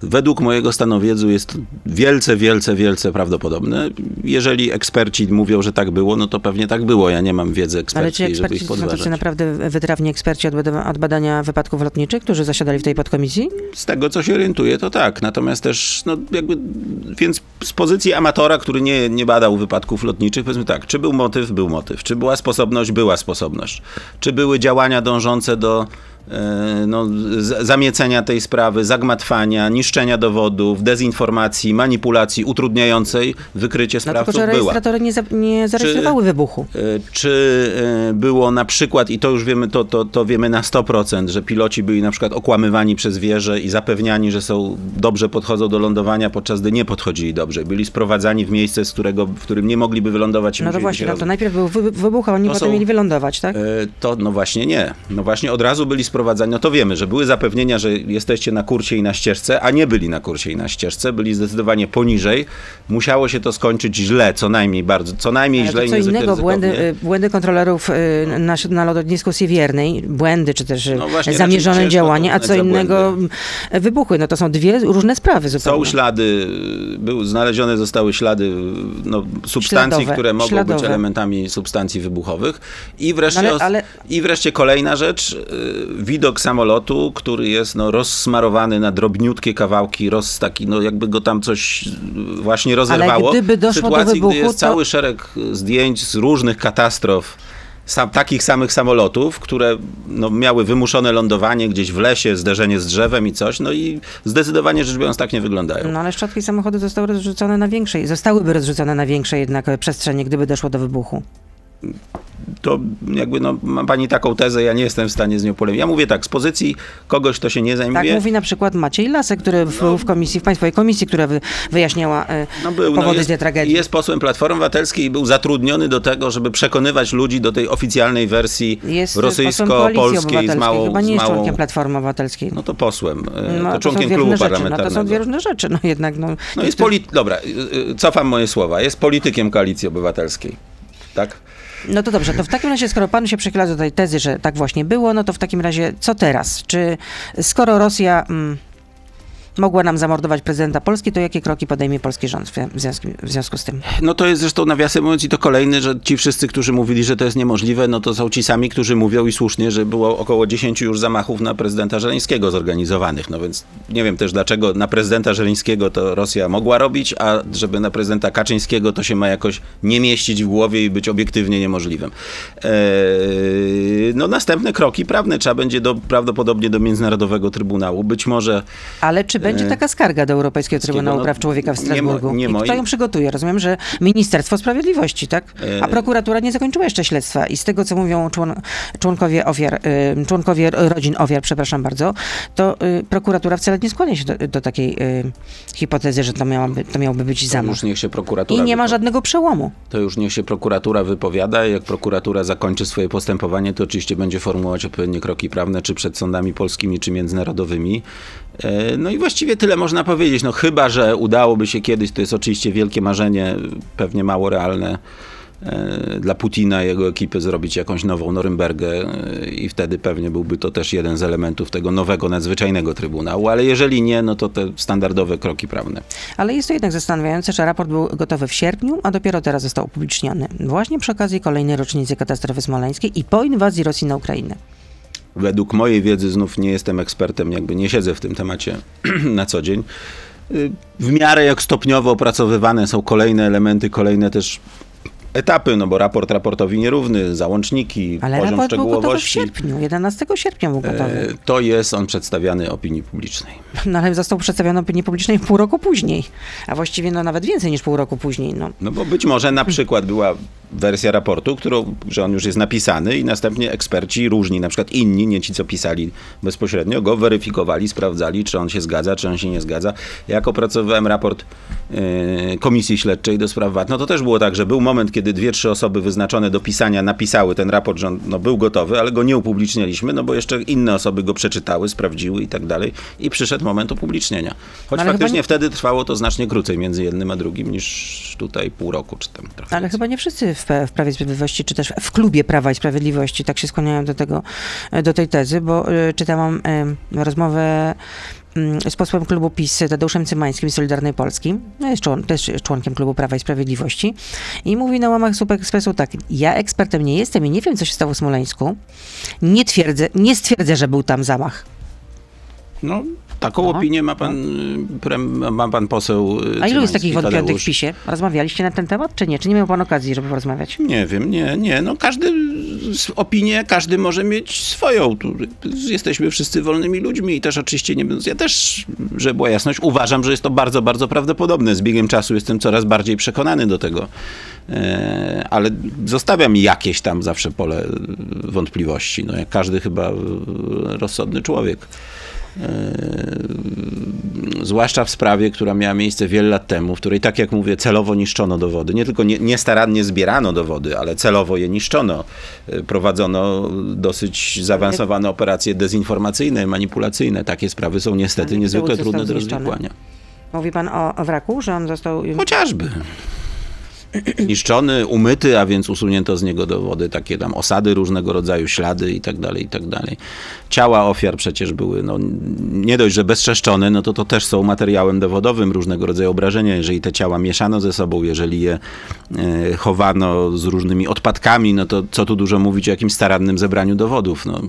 według mojego stanu wiedzy jest wielce, wielce, wielce prawdopodobne. Jeżeli eksperci mówią, że tak było, no to pewnie tak było. Ja nie mam wiedzy eksperckiej, Ale czy żeby ich eksperci są podważać. tacy naprawdę wytrawni eksperci od, bada- od badania wypadków lotniczych, którzy zasiadali w tej podkomisji? Z tego, co się orientuję, to tak. Natomiast też, no jakby, więc z pozycji amatora, który nie, nie badał wypadków lotniczych, powiedzmy tak, czy był motyw? Był motyw. Czy była sposobność? Była sposobność. Czy były działania dążące do no, z- zamiecenia tej sprawy, zagmatwania, niszczenia dowodów, dezinformacji, manipulacji utrudniającej wykrycie No sprawców? tylko, że Była. rejestratory nie, za, nie zarejestrowały wybuchu. E, Czy e, było na przykład, i to już wiemy, to, to, to wiemy na sto procent, że piloci byli na przykład okłamywani przez wieże i zapewniani, że są dobrze podchodzą do lądowania, podczas gdy nie podchodzili dobrze. Byli sprowadzani w miejsce, z którego, w którym nie mogliby wylądować. i No to musieli właśnie, się no roz- to najpierw był wy- wybuch, a oni To potem są- mieli wylądować, tak? E, To no właśnie nie. No właśnie od razu byli sprowadzani. No to wiemy, że były zapewnienia, że jesteście na kursie i na ścieżce, a nie byli na kursie i na ścieżce, byli zdecydowanie poniżej. Musiało się to skończyć źle, co najmniej bardzo, co najmniej Ale źle to i co niezwykle innego, ryzykownie. błędy, y, błędy kontrolerów y, na, na lotnisku Siewiernej, błędy, czy też y, No właśnie, zamierzone raczej ciężko działanie, to a co uznać za innego y, wybuchy. No to są dwie różne sprawy zupełnie. Są ślady, był, znalezione zostały ślady no, substancji, Śladowe, które mogą śladowe. być elementami substancji wybuchowych. I wreszcie, Ale- os- ale- I wreszcie kolejna rzecz, y, widok samolotu, który jest no, rozsmarowany na drobniutkie kawałki, roz, taki, no, jakby go tam coś y, właśnie rozerwało. gdyby doszło w sytuacji, do wybuchu, gdy jest to- cały szereg zdjęć z różnych katastrof, Sam, takich samych samolotów, które no, miały wymuszone lądowanie gdzieś w lesie, zderzenie z drzewem i coś, no i zdecydowanie rzecz biorąc tak nie wyglądają. No ale szczotki samochody zostały rozrzucone na większej, zostałyby rozrzucone na większej jednak e, przestrzeni, gdyby doszło do wybuchu. To jakby, no, ma pani taką tezę, ja nie jestem w stanie z nią polemizować. Ja mówię tak, z pozycji kogoś, kto się nie Tak zajmuje. mówi na przykład Maciej Lasek, który w, w komisji, w państwowej komisji, która wy, wyjaśniała e, No był, powody no jest, tej tragedii. jest posłem Platformy Obywatelskiej i był zatrudniony do tego, żeby przekonywać ludzi do tej oficjalnej wersji Jest posłem Koalicji rosyjsko-polskiej z Obywatelskiej, małą... chyba nie z jest małą członkiem Platformy Obywatelskiej. no to posłem, e, No, to członkiem są dwie klubu różne rzeczy. No parlamentarnego. to są dwie różne rzeczy, no jednak. No, No jest polit... Dobra, y, y, cofam moje słowa. Jest politykiem Koalicji Obywatelskiej. Tak? No to dobrze, to w takim razie, skoro pan się przychyla do tej tezy, że tak właśnie było, no to w takim razie co teraz? Czy skoro Rosja mm, mogła nam zamordować prezydenta Polski, to jakie kroki podejmie polski rząd w, w, związku, w związku z tym? No to jest zresztą nawiasem mówiąc i to kolejny, że ci wszyscy, którzy mówili, że to jest niemożliwe, no to są ci sami, którzy mówią i słusznie, że było około dziesięciu już zamachów na prezydenta Żeleńskiego zorganizowanych. No więc nie wiem też dlaczego na prezydenta Żeleńskiego to Rosja mogła robić, a żeby na prezydenta Kaczyńskiego to się ma jakoś nie mieścić w głowie i być obiektywnie niemożliwym. Eee, no następne kroki prawne trzeba będzie do, prawdopodobnie do Międzynarodowego Trybunału. Być może Ale czy będzie taka skarga do Europejskiego Trybunału no, Praw Człowieka w nie mo- Strasburgu? nie I kto moim- ją przygotuje? Rozumiem, że Ministerstwo Sprawiedliwości, tak? A E- prokuratura nie zakończyła jeszcze śledztwa i z tego, co mówią człon, członkowie ofiar, y, członkowie rodzin ofiar, przepraszam bardzo, to y, prokuratura wcale nie skłania się do, do takiej y, hipotezy, że to, miałaby, to miałby być to zamach. już niech się prokuratura I nie ma wypowie. żadnego przełomu. To już niech się prokuratura wypowiada. Jak prokuratura zakończy swoje postępowanie, to oczywiście będzie formułować odpowiednie kroki prawne, czy przed sądami polskimi, czy międzynarodowymi. E, No i właściwie tyle można powiedzieć. No chyba że udałoby się kiedyś, to jest oczywiście wielkie marzenie, pewnie mało realne, e, dla Putina i jego ekipy zrobić jakąś nową Norymbergę e, i wtedy pewnie byłby to też jeden z elementów tego nowego, nadzwyczajnego trybunału, ale jeżeli nie, no to te standardowe kroki prawne. Ale jest to jednak zastanawiające, że raport był gotowy w sierpniu, a dopiero teraz został upubliczniony. Właśnie przy okazji kolejnej rocznicy katastrofy smoleńskiej i po inwazji Rosji na Ukrainę. Według mojej wiedzy, znów nie jestem ekspertem, jakby nie siedzę w tym temacie na co dzień, y, w miarę jak stopniowo opracowywane są kolejne elementy, kolejne też etapy, no bo raport raportowi nierówny, załączniki, Ale poziom raport był gotowy w szczegółowości. sierpniu, jedenastego sierpnia był gotowy. E, To jest on przedstawiany opinii publicznej. No ale został przedstawiony opinii publicznej pół roku później, a właściwie no nawet więcej niż pół roku później. No. No bo być może na przykład była wersja raportu, którą, że on już jest napisany i następnie eksperci różni, na przykład inni, nie ci co pisali bezpośrednio, go weryfikowali, sprawdzali, czy on się zgadza, czy on się nie zgadza. Jak opracowywałem raport e, Komisji Śledczej do spraw V A T, no to też było tak, że był moment, kiedy dwie, trzy osoby wyznaczone do pisania napisały ten raport, że on no, był gotowy, ale go nie upublicznialiśmy, no bo jeszcze inne osoby go przeczytały, sprawdziły i tak dalej i przyszedł moment upublicznienia. Choć Ale chyba faktycznie nie- wtedy trwało to znacznie krócej między jednym a drugim niż tutaj pół roku, czy tam trochę. Ale chyba nie wszyscy w, P- w Prawie i Sprawiedliwości, czy też w klubie Prawa i Sprawiedliwości tak się skłaniają do tego, do tej tezy, bo y, czytałam y, rozmowę z posłem klubu PiS Tadeuszem Cymańskim z Solidarnej Polski, no jest człon, też jest członkiem klubu Prawa i Sprawiedliwości i mówi na łamach Super Expressu tak: ja ekspertem nie jestem i nie wiem, co się stało w Smoleńsku. Nie twierdzę, nie stwierdzę, że był tam zamach. No, taką No, opinię ma pan, no. ma pan poseł A ilu jest takich Tadeusz. wątpiących w PiSie? Rozmawialiście na ten temat, czy nie? Czy nie miał pan okazji, żeby porozmawiać? Nie wiem, nie, nie. No każdy z- opinię, każdy może mieć swoją. Tu jesteśmy wszyscy wolnymi ludźmi i też oczywiście nie będąc, ja też, żeby była jasność, uważam, że jest to bardzo, bardzo prawdopodobne. Z biegiem czasu jestem coraz bardziej przekonany do tego. E, ale zostawiam jakieś tam zawsze pole wątpliwości. No jak każdy chyba e, rozsądny człowiek. Yy, zwłaszcza w sprawie, która miała miejsce wiele lat temu, w której, tak jak mówię, celowo niszczono dowody. Nie tylko nie, nie starannie zbierano dowody, ale celowo je niszczono. Yy, prowadzono dosyć zaawansowane operacje dezinformacyjne, manipulacyjne. Takie sprawy są niestety Ale niezwykle dowód trudne do został zniszczony? rozwikłania. Mówi pan o, o wraku, że on został... Chociażby. Zniszczony, umyty, a więc usunięto z niego dowody, takie tam osady różnego rodzaju, ślady i tak dalej, i tak dalej. Ciała ofiar przecież były, no nie dość, że bezczeszczone, no to to też są materiałem dowodowym, różnego rodzaju obrażenia. Jeżeli te ciała mieszano ze sobą, jeżeli je e, chowano z różnymi odpadkami, no to co tu dużo mówić o jakimś starannym zebraniu dowodów, no.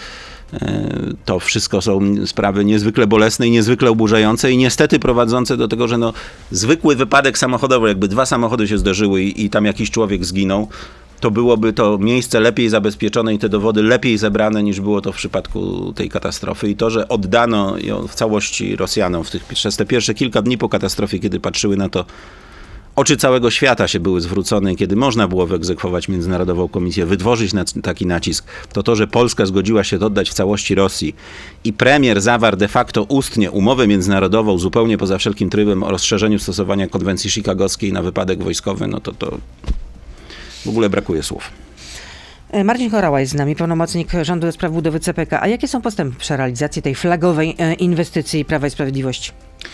To wszystko są sprawy niezwykle bolesne i niezwykle oburzające i niestety prowadzące do tego, że no, zwykły wypadek samochodowy, jakby dwa samochody się zderzyły i, i tam jakiś człowiek zginął, to byłoby to miejsce lepiej zabezpieczone i te dowody lepiej zebrane, niż było to w przypadku tej katastrofy. I to, że oddano ją w całości Rosjanom w tych, przez te pierwsze kilka dni po katastrofie, kiedy patrzyły na to, oczy całego świata się były zwrócone, kiedy można było wyegzekwować Międzynarodową Komisję, wytworzyć na, taki nacisk, to to, że Polska zgodziła się to oddać w całości Rosji i premier zawarł de facto ustnie umowę międzynarodową zupełnie poza wszelkim trybem o rozszerzeniu stosowania konwencji chicagowskiej na wypadek wojskowy, no to to w ogóle brakuje słów. Marcin Horała jest z nami, pełnomocnik rządu do spraw budowy C P K. A jakie są postępy przy realizacji tej flagowej e, inwestycji Prawa i Sprawiedliwości?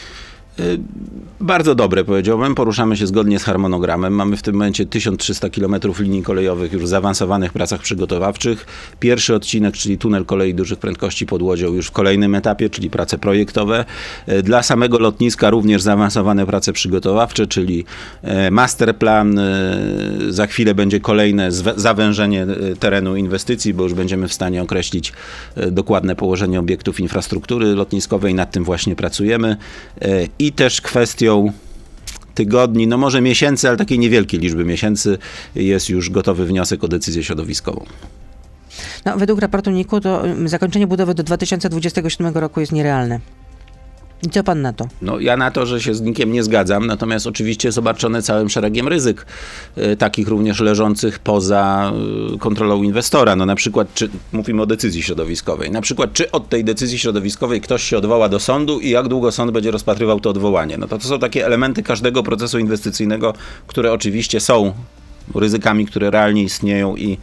Bardzo dobre, powiedziałbym. Poruszamy się zgodnie z harmonogramem. Mamy w tym momencie tysiąc trzysta kilometrów linii kolejowych już w zaawansowanych pracach przygotowawczych. Pierwszy odcinek, czyli tunel kolei dużych prędkości pod Łodzią, już w kolejnym etapie, czyli prace projektowe. Dla samego lotniska również zaawansowane prace przygotowawcze, czyli masterplan. Za chwilę będzie kolejne zawężenie terenu inwestycji, bo już będziemy w stanie określić dokładne położenie obiektów infrastruktury lotniskowej. Nad tym właśnie pracujemy. I też kwestią tygodni, no może miesięcy, ale takiej niewielkiej liczby miesięcy jest już gotowy wniosek o decyzję środowiskową. No, według raportu N I K-u to zakończenie budowy do dwa tysiące dwudziestego siódmego roku jest nierealne. I co pan na to? No ja na to, że się z nikiem nie zgadzam, natomiast oczywiście jest obarczone całym szeregiem ryzyk, y, takich również leżących poza y, kontrolą inwestora. No na przykład, czy mówimy o decyzji środowiskowej, na przykład czy od tej decyzji środowiskowej ktoś się odwoła do sądu i jak długo sąd będzie rozpatrywał to odwołanie. No to, to są takie elementy każdego procesu inwestycyjnego, które oczywiście są ryzykami, które realnie istnieją i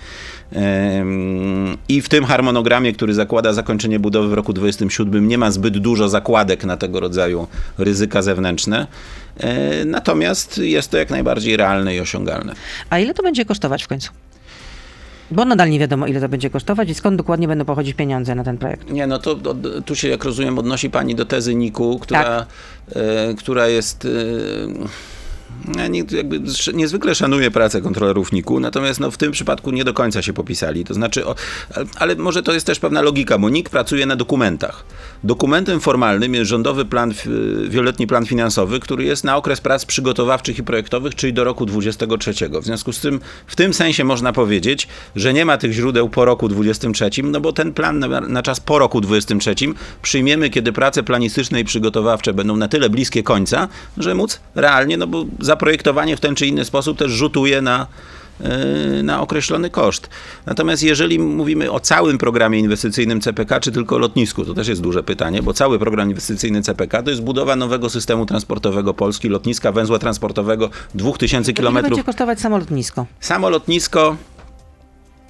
I w tym harmonogramie, który zakłada zakończenie budowy w roku dwudziestym siódmym, nie ma zbyt dużo zakładek na tego rodzaju ryzyka zewnętrzne. Natomiast jest to jak najbardziej realne i osiągalne. A ile to będzie kosztować w końcu? Bo nadal nie wiadomo, ile to będzie kosztować i skąd dokładnie będą pochodzić pieniądze na ten projekt. Nie, no to, to tu się, jak rozumiem, odnosi pani do tezy N I K-u, która, tak. e, która jest... E, Ja nie, jakby niezwykle szanuję pracę kontrolerów N I K-u, natomiast no, w tym przypadku nie do końca się popisali. To znaczy, o, ale może to jest też pewna logika, bo N I K pracuje na dokumentach. Dokumentem formalnym jest rządowy plan, wieloletni plan finansowy, który jest na okres prac przygotowawczych i projektowych, czyli do roku dwudziestego trzeciego. W związku z tym, w tym sensie można powiedzieć, że nie ma tych źródeł po roku dwudziestym trzecim, no bo ten plan na, na czas po roku dwudziestym trzecim przyjmiemy, kiedy prace planistyczne i przygotowawcze będą na tyle bliskie końca, że móc realnie, no bo zaprojektowanie w ten czy inny sposób też rzutuje na, na określony koszt. Natomiast jeżeli mówimy o całym programie inwestycyjnym C P K, czy tylko lotnisku, to też jest duże pytanie, bo cały program inwestycyjny C P K to jest budowa nowego systemu transportowego Polski, lotniska, węzła transportowego dwóch tysięcy kilometrów. Ile będzie kosztować samo lotnisko? Samo lotnisko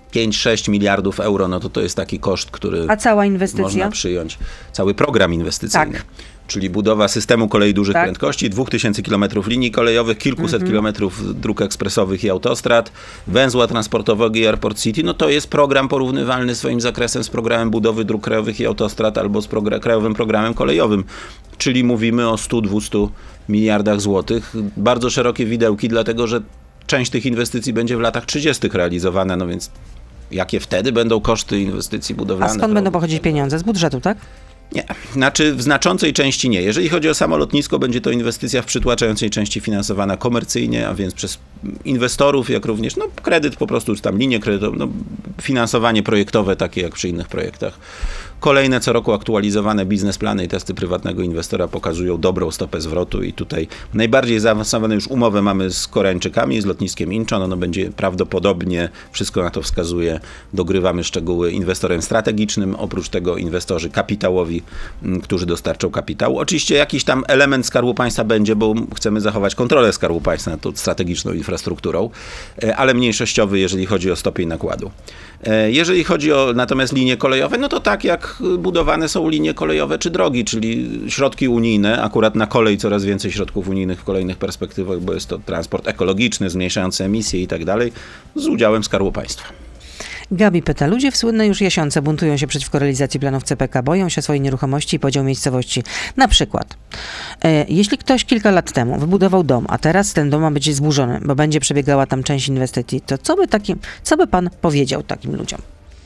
pięć sześć miliardów euro, no to to jest taki koszt, który A cała inwestycja? można przyjąć. Cały program inwestycyjny. Tak. Czyli budowa systemu kolei dużych tak. prędkości, dwóch tysięcy kilometrów linii kolejowych, kilkuset mm-hmm. kilometrów dróg ekspresowych i autostrad, węzła transportowego i Airport City. No to jest program porównywalny swoim zakresem z programem budowy dróg krajowych i autostrad albo z progr- krajowym programem kolejowym. Czyli mówimy o stu do dwustu miliardach złotych. Bardzo szerokie widełki, dlatego że część tych inwestycji będzie w latach trzydziestych realizowana, no więc jakie wtedy będą koszty inwestycji budowlanych? A skąd będą pochodzić pieniądze? Z budżetu, tak? Nie, znaczy w znaczącej części nie. Jeżeli chodzi o samo lotnisko, będzie to inwestycja w przytłaczającej części finansowana komercyjnie, a więc przez inwestorów, jak również no, kredyt po prostu, czy tam linie kredytowe, no, finansowanie projektowe, takie jak przy innych projektach. Kolejne co roku aktualizowane biznesplany i testy prywatnego inwestora pokazują dobrą stopę zwrotu i tutaj najbardziej zaawansowane już umowę mamy z Koreańczykami, z lotniskiem Incheon. Ono będzie prawdopodobnie, wszystko na to wskazuje, dogrywamy szczegóły, inwestorem strategicznym, oprócz tego inwestorzy kapitałowi, którzy dostarczą kapitału. Oczywiście jakiś tam element Skarbu Państwa będzie, bo chcemy zachować kontrolę Skarbu Państwa nad tą strategiczną infrastrukturą, ale mniejszościowy, jeżeli chodzi o stopień nakładu. Jeżeli chodzi o natomiast linie kolejowe, no to tak jak budowane są linie kolejowe czy drogi, czyli środki unijne, akurat na kolej coraz więcej środków unijnych w kolejnych perspektywach, bo jest to transport ekologiczny, zmniejszający emisje i tak dalej, z udziałem Skarbu Państwa. Gabi pyta, ludzie w słynnej już Jasionce buntują się przeciwko realizacji planów C P K, boją się swojej nieruchomości i podziału miejscowości. Na przykład, e, jeśli ktoś kilka lat temu wybudował dom, a teraz ten dom ma być zburzony, bo będzie przebiegała tam część inwestycji, to co by, takim, co by pan powiedział takim ludziom?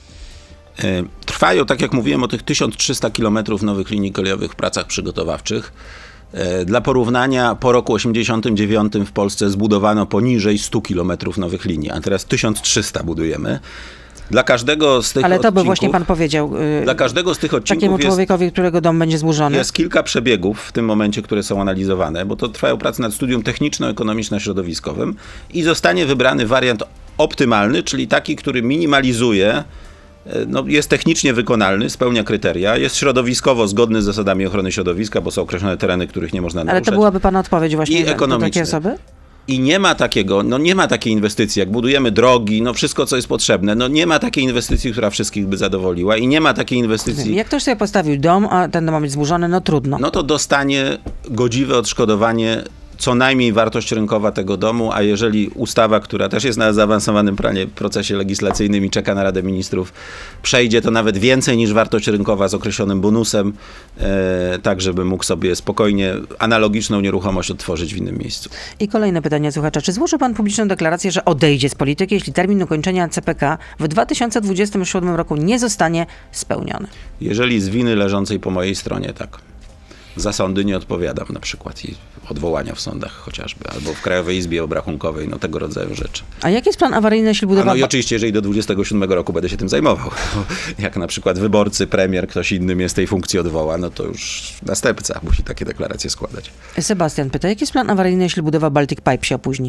Trwają, tak jak mówiłem, o tych tysiąc trzysta kilometrów nowych linii kolejowych w pracach przygotowawczych. Dla porównania, po roku osiemdziesiątym dziewiątym w Polsce zbudowano poniżej stu kilometrów nowych linii, a teraz tysiąc trzysta budujemy. Dla każdego z tych Ale to odcinków, by właśnie pan powiedział yy, dla każdego z tych odcinków takiemu jest, człowiekowi, którego dom będzie zburzony. Jest kilka przebiegów w tym momencie, które są analizowane, bo to trwają prace nad studium techniczno-ekonomiczno-środowiskowym i zostanie wybrany wariant optymalny, czyli taki, który minimalizuje, no, jest technicznie wykonalny, spełnia kryteria, jest środowiskowo zgodny z zasadami ochrony środowiska, bo są określone tereny, których nie można naruszać. Ale to byłaby pana odpowiedź właśnie I do takiej osoby? I nie ma takiego, no nie ma takiej inwestycji, jak budujemy drogi, no wszystko, co jest potrzebne, no nie ma takiej inwestycji, która wszystkich by zadowoliła i nie ma takiej inwestycji. Jak ktoś sobie postawił dom, a ten dom ma być zburzony, no trudno. No to dostanie godziwe odszkodowanie, co najmniej wartość rynkowa tego domu, a jeżeli ustawa, która też jest na zaawansowanym planie, procesie legislacyjnym i czeka na Radę Ministrów, przejdzie, to nawet więcej niż wartość rynkowa z określonym bonusem, e, tak żeby mógł sobie spokojnie analogiczną nieruchomość odtworzyć w innym miejscu. I kolejne pytanie słuchacza. Czy złoży pan publiczną deklarację, że odejdzie z polityki, jeśli termin ukończenia C P K w dwa tysiące dwudziestym siódmym roku nie zostanie spełniony? Jeżeli z winy leżącej po mojej stronie, tak. Za sądy nie odpowiadam na przykład i odwołania w sądach chociażby, albo w Krajowej Izbie Obrachunkowej, no tego rodzaju rzeczy. A jaki jest plan awaryjny, jeśli budowa... A no i oczywiście, jeżeli do dwudziestego siódmego roku będę się tym zajmował. Jak na przykład wyborcy, premier, ktoś inny mnie z tej funkcji odwoła, no to już następca musi takie deklaracje składać. Sebastian pyta, jaki jest plan awaryjny, jeśli budowa Baltic Pipe się opóźni?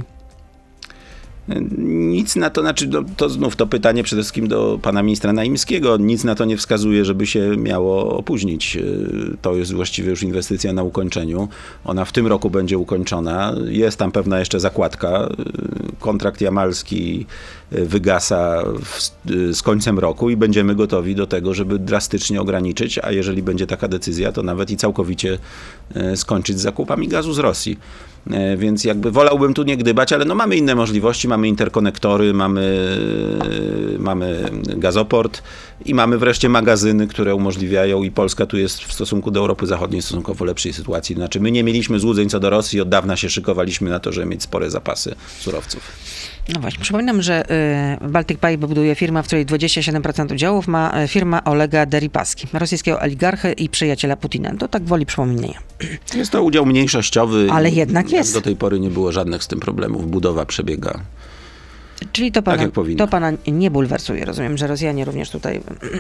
Nic na to, znaczy no, to znów to pytanie przede wszystkim do pana ministra Naimskiego, nic na to nie wskazuje, żeby się miało opóźnić. To jest właściwie już inwestycja na ukończeniu. Ona w tym roku będzie ukończona. Jest tam pewna jeszcze zakładka. Kontrakt jamalski wygasa w, z końcem roku i będziemy gotowi do tego, żeby drastycznie ograniczyć, a jeżeli będzie taka decyzja, to nawet i całkowicie skończyć z zakupami gazu z Rosji. Więc jakby wolałbym tu nie gdybać, ale no mamy inne możliwości, mamy interkonektory, mamy, mamy gazoport i mamy wreszcie magazyny, które umożliwiają i Polska tu jest w stosunku do Europy Zachodniej w stosunkowo lepszej sytuacji. Znaczy my nie mieliśmy złudzeń co do Rosji, od dawna się szykowaliśmy na to, żeby mieć spore zapasy surowców. No właśnie, przypominam, że y, Baltic Pipe buduje firma, w której dwadzieścia siedem procent udziałów ma firma Olega Deripaski, rosyjskiego oligarchy i przyjaciela Putina. To tak woli przypomnienia. Jest to udział mniejszościowy. Ale jednak jest. Do tej pory nie było żadnych z tym problemów. Budowa przebiega Czyli to pana, tak, jak powinno. To pana nie bulwersuje. Rozumiem, że Rosjanie również tutaj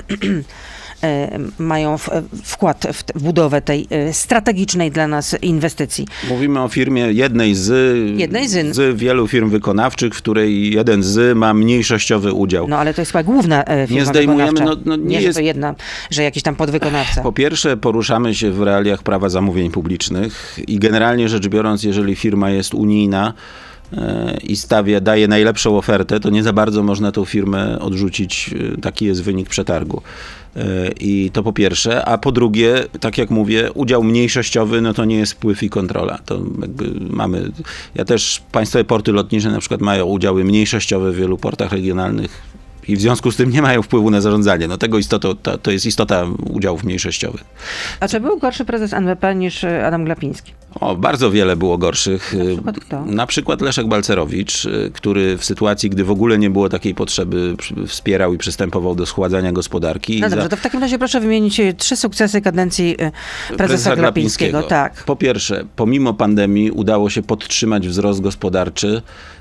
mają wkład w budowę tej strategicznej dla nas inwestycji. Mówimy o firmie jednej z, jednej z... z wielu firm wykonawczych, w której jeden z ma mniejszościowy udział. No ale to jest chyba główna firma nie zdejmujemy, wykonawcza. No, no, nie, nie jest... że to jedna, że jakiś tam podwykonawca. Po pierwsze, poruszamy się w realiach prawa zamówień publicznych i generalnie rzecz biorąc, jeżeli firma jest unijna, i stawia, daje najlepszą ofertę, to nie za bardzo można tą firmę odrzucić. Taki jest wynik przetargu. I to po pierwsze, a po drugie, tak jak mówię, udział mniejszościowy, no to nie jest wpływ i kontrola. To jakby mamy, ja też, państwowe porty lotnicze na przykład mają udziały mniejszościowe w wielu portach regionalnych i w związku z tym nie mają wpływu na zarządzanie. No tego istotą, to, to jest istota udziałów mniejszościowych. A czy był gorszy prezes N B P niż Adam Glapiński? O, bardzo wiele było gorszych. Na przykład kto? Na przykład Leszek Balcerowicz, który w sytuacji, gdy w ogóle nie było takiej potrzeby, wspierał i przystępował do schładzania gospodarki. No dobrze, za... to w takim razie proszę wymienić trzy sukcesy kadencji prezesa, prezesa Glapińskiego. Glapińskiego. Tak. Po pierwsze, pomimo pandemii udało się podtrzymać wzrost gospodarczy,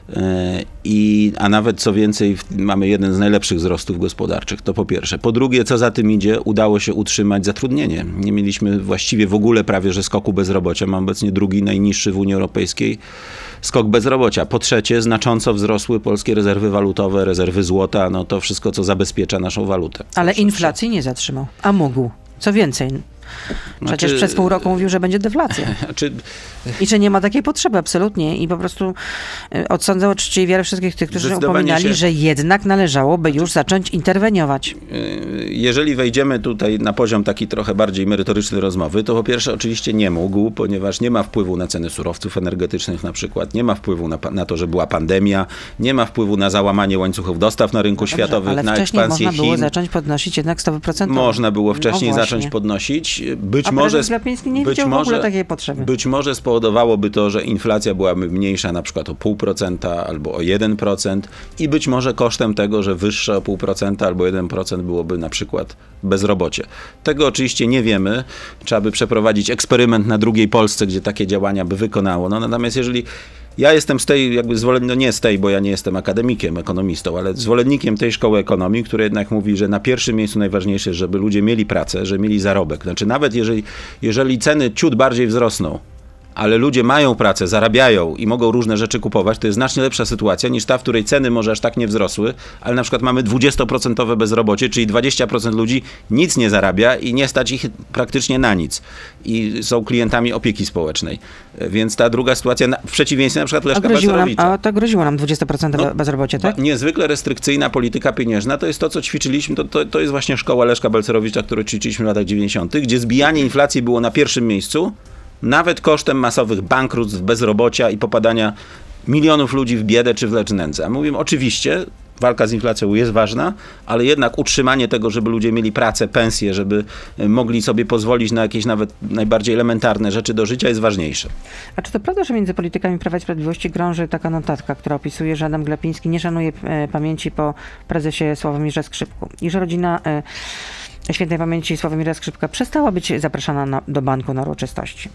I, a nawet co więcej, mamy jeden z najlepszych wzrostów gospodarczych, to po pierwsze. Po drugie, co za tym idzie, udało się utrzymać zatrudnienie. Nie mieliśmy właściwie w ogóle prawie, że skoku bezrobocia. Mamy obecnie drugi najniższy w Unii Europejskiej skok bezrobocia. Po trzecie, znacząco wzrosły polskie rezerwy walutowe, rezerwy złota, no to wszystko, co zabezpiecza naszą walutę. Ale inflacji nie zatrzymał, a mógł. Co więcej, przecież znaczy, przez pół roku mówił, że będzie deflacja. Znaczy, I że nie ma takiej potrzeby, absolutnie. I po prostu odsądzał od czci i wiary wszystkich tych, którzy upominali, się, że jednak należałoby już zacząć interweniować. Jeżeli wejdziemy tutaj na poziom taki trochę bardziej merytoryczny rozmowy, to po pierwsze oczywiście nie mógł, ponieważ nie ma wpływu na ceny surowców energetycznych na przykład, nie ma wpływu na, na to, że była pandemia, nie ma wpływu na załamanie łańcuchów dostaw na rynku no dobrze, światowych, ale na wcześniej ekspansję można było Chin. zacząć podnosić jednak stopy procentowe. Można było wcześniej no zacząć podnosić. Być A może, Glapiński nie być widział może, w ogóle takiej potrzeby. Być może spowodowałoby to, że inflacja byłaby mniejsza na przykład o pół procenta albo o jeden procent i być może kosztem tego, że wyższe o pół procenta albo jeden procent byłoby na przykład bezrobocie. Tego oczywiście nie wiemy. Trzeba by przeprowadzić eksperyment na drugiej Polsce, gdzie takie działania by wykonało. No, natomiast jeżeli ja jestem z tej, jakby zwolen... no nie z tej, bo ja nie jestem akademikiem, ekonomistą, ale zwolennikiem tej szkoły ekonomii, która jednak mówi, że na pierwszym miejscu najważniejsze jest, żeby ludzie mieli pracę, że mieli zarobek. Znaczy nawet jeżeli, jeżeli ceny ciut bardziej wzrosną, ale ludzie mają pracę, zarabiają i mogą różne rzeczy kupować, to jest znacznie lepsza sytuacja niż ta, w której ceny może aż tak nie wzrosły, ale na przykład mamy dwudziestoprocentowe bezrobocie, czyli dwadzieścia procent ludzi nic nie zarabia i nie stać ich praktycznie na nic. I są klientami opieki społecznej. Więc ta druga sytuacja, w przeciwieństwie na przykład Leszka Balcerowicza. A to groziło nam dwudziestoprocentowe no, bezrobocie, tak? Niezwykle restrykcyjna polityka pieniężna, to jest to, co ćwiczyliśmy, to, to, to jest właśnie szkoła Leszka Balcerowicza, którą ćwiczyliśmy w latach dziewięćdziesiątych, gdzie zbijanie inflacji było na pierwszym miejscu, nawet kosztem masowych bankructw, bezrobocia i popadania milionów ludzi w biedę czy w nędzę. A mówimy, oczywiście walka z inflacją jest ważna, ale jednak utrzymanie tego, żeby ludzie mieli pracę, pensję, żeby mogli sobie pozwolić na jakieś nawet najbardziej elementarne rzeczy do życia jest ważniejsze. A czy to prawda, że między politykami Prawa i Sprawiedliwości krąży taka notatka, która opisuje, że Adam Glapiński nie szanuje e, pamięci po prezesie Sławomirze Skrzypku i że rodzina e, świętej pamięci Sławomira Skrzypka przestała być zapraszana na, do banku na uroczystości?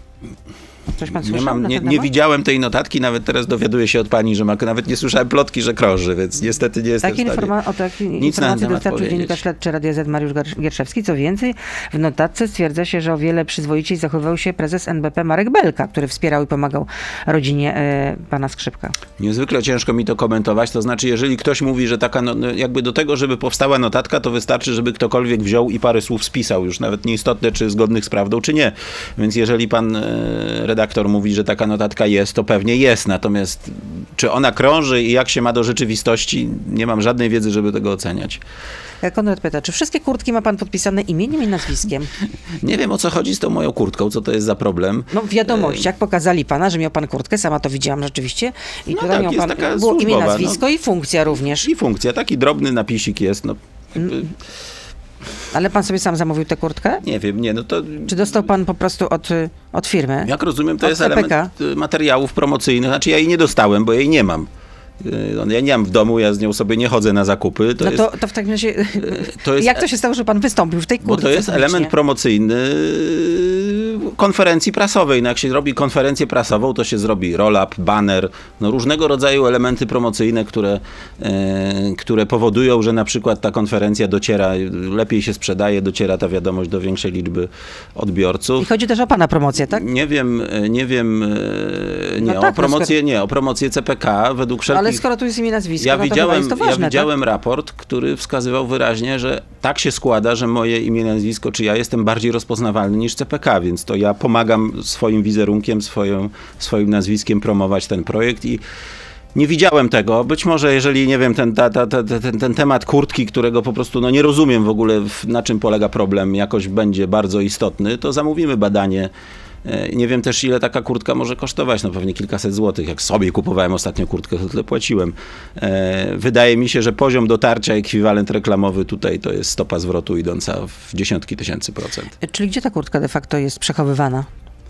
Coś pan słyszał? Nie, mam, nie, nie widziałem tej notatki, nawet teraz dowiaduję się od pani, że ma, nawet nie słyszałem plotki, że krąży, więc niestety nie jestem Takie w stanie informa- o takiej nic informacji na dostarczył dziennikarz śledczy Radia Z Mariusz Gierszewski. Co więcej, w notatce stwierdza się, że o wiele przyzwoiciej zachowywał się prezes N B P Marek Belka, który wspierał i pomagał rodzinie e, pana Skrzypka. Niezwykle ciężko mi to komentować, to znaczy jeżeli ktoś mówi, że taka, no, jakby do tego, żeby powstała notatka, to wystarczy, żeby ktokolwiek wziął i parę słów spisał, już nawet nieistotne, czy zgodnych z prawdą, czy nie. Więc jeżeli pan e, redaktor mówi, że taka notatka jest, to pewnie jest. Natomiast czy ona krąży i jak się ma do rzeczywistości, nie mam żadnej wiedzy, żeby tego oceniać. Konrad pyta, czy wszystkie kurtki ma pan podpisane imieniem i nazwiskiem? Nie wiem, o co chodzi z tą moją kurtką, co to jest za problem. No w wiadomościach pokazali pana, że miał pan kurtkę, sama to widziałam rzeczywiście. I no tutaj tak, miał jest pan taka było imię, służbowa, nazwisko no. I funkcja również. I funkcja, taki drobny napisik jest, no. Jakby... Ale pan sobie sam zamówił tę kurtkę? Nie wiem, nie, no to... Czy dostał pan po prostu od, od firmy? Jak rozumiem, to od jest C P K? element materiałów promocyjnych. Znaczy ja jej nie dostałem, bo jej nie mam. Ja nie mam w domu, ja z nią sobie nie chodzę na zakupy. To no to, jest, to w takim razie, to jest, jak to się stało, że pan wystąpił w tej kurtce? Bo to jest element promocyjny konferencji prasowej. No jak się robi konferencję prasową, to się zrobi roll-up, banner, no różnego rodzaju elementy promocyjne, które, e, które powodują, że na przykład ta konferencja dociera, lepiej się sprzedaje, dociera ta wiadomość do większej liczby odbiorców. I chodzi też o pana promocję, tak? Nie wiem, nie wiem, nie, no tak, o promocję, nie, o promocję C P K według wszelkich... Ale skoro tu jest imię, nazwisko, ja no to widziałem, jest to ważne, ja widziałem tak? raport, który wskazywał wyraźnie, że tak się składa, że moje imię, nazwisko, czy ja jestem bardziej rozpoznawalny niż C P K, więc to ja pomagam swoim wizerunkiem, swoją, swoim nazwiskiem promować ten projekt i Nie widziałem tego. Być może, jeżeli, nie wiem, ten, ta, ta, ta, ten, ten temat kurtki, którego po prostu no, nie rozumiem w ogóle, na czym polega problem, jakoś będzie bardzo istotny, to zamówimy badanie. Nie wiem też, ile taka kurtka może kosztować, no pewnie kilkaset złotych. Jak sobie kupowałem ostatnio kurtkę, to tyle płaciłem. Wydaje mi się, że poziom dotarcia, ekwiwalent reklamowy tutaj to jest stopa zwrotu idąca w dziesiątki tysięcy procent. Czyli gdzie ta kurtka de facto jest przechowywana?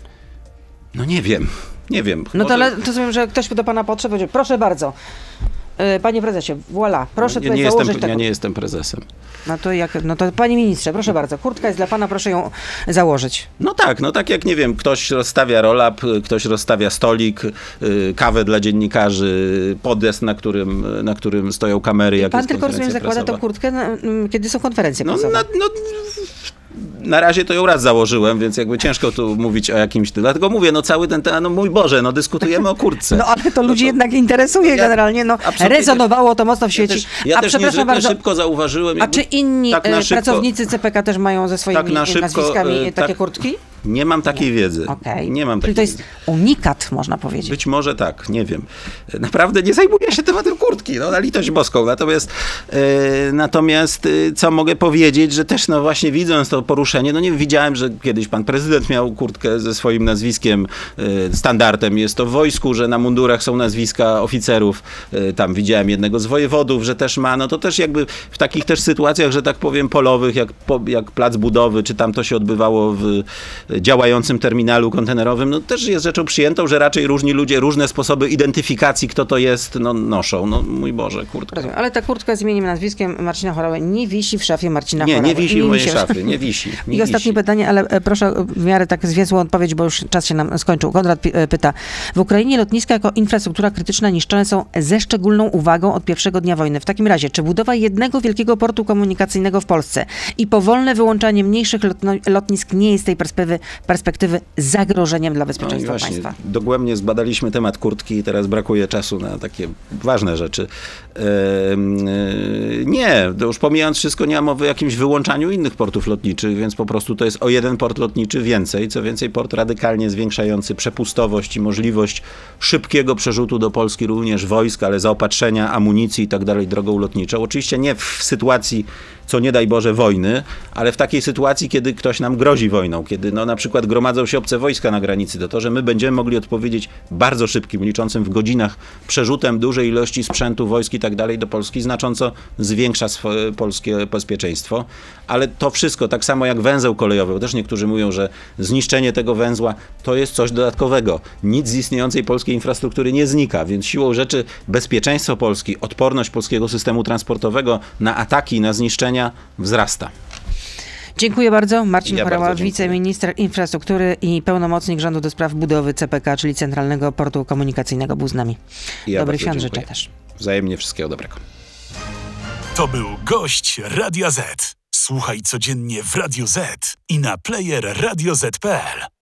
No nie wiem, nie wiem. No to, ale to rozumiem, że ktoś do pana podszedł, będzie, proszę bardzo, panie prezesie, voilà, proszę no, tutaj nie założyć jestem, taką... Ja nie jestem prezesem. No to jak, no to panie ministrze, proszę bardzo, kurtka jest dla pana, proszę ją założyć. No tak, no tak jak, nie wiem, ktoś rozstawia roll-up, ktoś rozstawia stolik, yy, kawę dla dziennikarzy, podest, na którym, na którym stoją kamery, jak Pan jest tylko, rozumiem, konferencja zakłada prasowa. tą kurtkę, na, m, kiedy są konferencje No, prasowe. na, no, na razie to ją raz założyłem, więc jakby ciężko tu mówić o jakimś... Dlatego mówię, no cały ten temat, no mój Boże, no dyskutujemy o kurtce. No ale to no ludzi to, jednak interesuje ja, generalnie, no rezonowało to mocno w sieci. Ja też, ja a też przepraszam niezwykle bardzo, szybko zauważyłem... a czy inni tak na szybko, pracownicy C P K też mają ze swoimi tak na szybko, nazwiskami tak, takie kurtki? Nie mam takiej nie. wiedzy. Okay. Nie mam Czyli takiej to jest wiedzy. unikat, można powiedzieć. Być może tak, nie wiem. Naprawdę nie zajmuję się tematem kurtki, no na litość boską. Natomiast, e, natomiast e, co mogę powiedzieć, że też no właśnie widząc to poruszenie, no nie widziałem, że kiedyś pan prezydent miał kurtkę ze swoim nazwiskiem, e, standardem jest to w wojsku, że na mundurach są nazwiska oficerów. E, tam widziałem jednego z wojewodów, że też ma, no to też jakby w takich też sytuacjach, że tak powiem polowych, jak, po, jak plac budowy, czy tam to się odbywało w działającym terminalu kontenerowym, no też jest rzeczą przyjętą, że raczej różni ludzie różne sposoby identyfikacji, kto to jest, no noszą. No mój Boże, kurtka. Rozumiem, ale ta kurtka z imieniem, nazwiskiem Marcina Horały nie wisi w szafie Marcina Nie, Horały. nie wisi w mojej szafie, nie wisi. Nie I ostatnie wisi. pytanie, ale e, proszę w miarę tak zwięzłą odpowiedź, bo już czas się nam skończył. Konrad pi- e, pyta, w Ukrainie lotniska jako infrastruktura krytyczna niszczone są ze szczególną uwagą od pierwszego dnia wojny. W takim razie, czy budowa jednego wielkiego portu komunikacyjnego w Polsce i powolne wyłączanie mniejszych lotno- lotnisk nie jest z tej perspektywy, perspektywy zagrożeniem dla bezpieczeństwa No i właśnie, państwa? dogłębnie zbadaliśmy temat kurtki i teraz brakuje czasu na takie ważne rzeczy. E, e, nie, to już pomijając wszystko, nie ma mowy o jakimś wyłączaniu innych portów lotniczych, więc po prostu to jest o jeden port lotniczy więcej. Co więcej, port radykalnie zwiększający przepustowość i możliwość szybkiego przerzutu do Polski również wojsk, ale zaopatrzenia, amunicji i tak dalej drogą lotniczą. Oczywiście nie w sytuacji, co nie daj Boże, wojny, ale w takiej sytuacji, kiedy ktoś nam grozi wojną, kiedy no, na przykład gromadzą się obce wojska na granicy, to to, że my będziemy mogli odpowiedzieć bardzo szybkim, liczącym w godzinach przerzutem dużej ilości sprzętu, wojsk i tak dalej do Polski, znacząco zwiększa swoje polskie bezpieczeństwo. Ale to wszystko, tak samo jak węzeł kolejowy, bo też niektórzy mówią, że zniszczenie tego węzła to jest coś dodatkowego. Nic z istniejącej polskiej infrastruktury nie znika, więc siłą rzeczy bezpieczeństwo Polski, odporność polskiego systemu transportowego na ataki, na zniszczenia wzrasta. Dziękuję bardzo. Marcin Ja Horała, bardzo dziękuję. wiceminister infrastruktury i pełnomocnik rządu do spraw budowy C P K, czyli Centralnego Portu Komunikacyjnego, był z nami. Ja Dobry bardzo świąt dziękuję. życzę też. Wzajemnie wszystkiego dobrego. To był gość Radia Z. Słuchaj codziennie w Radio Z i na player radio zet kropka pe el.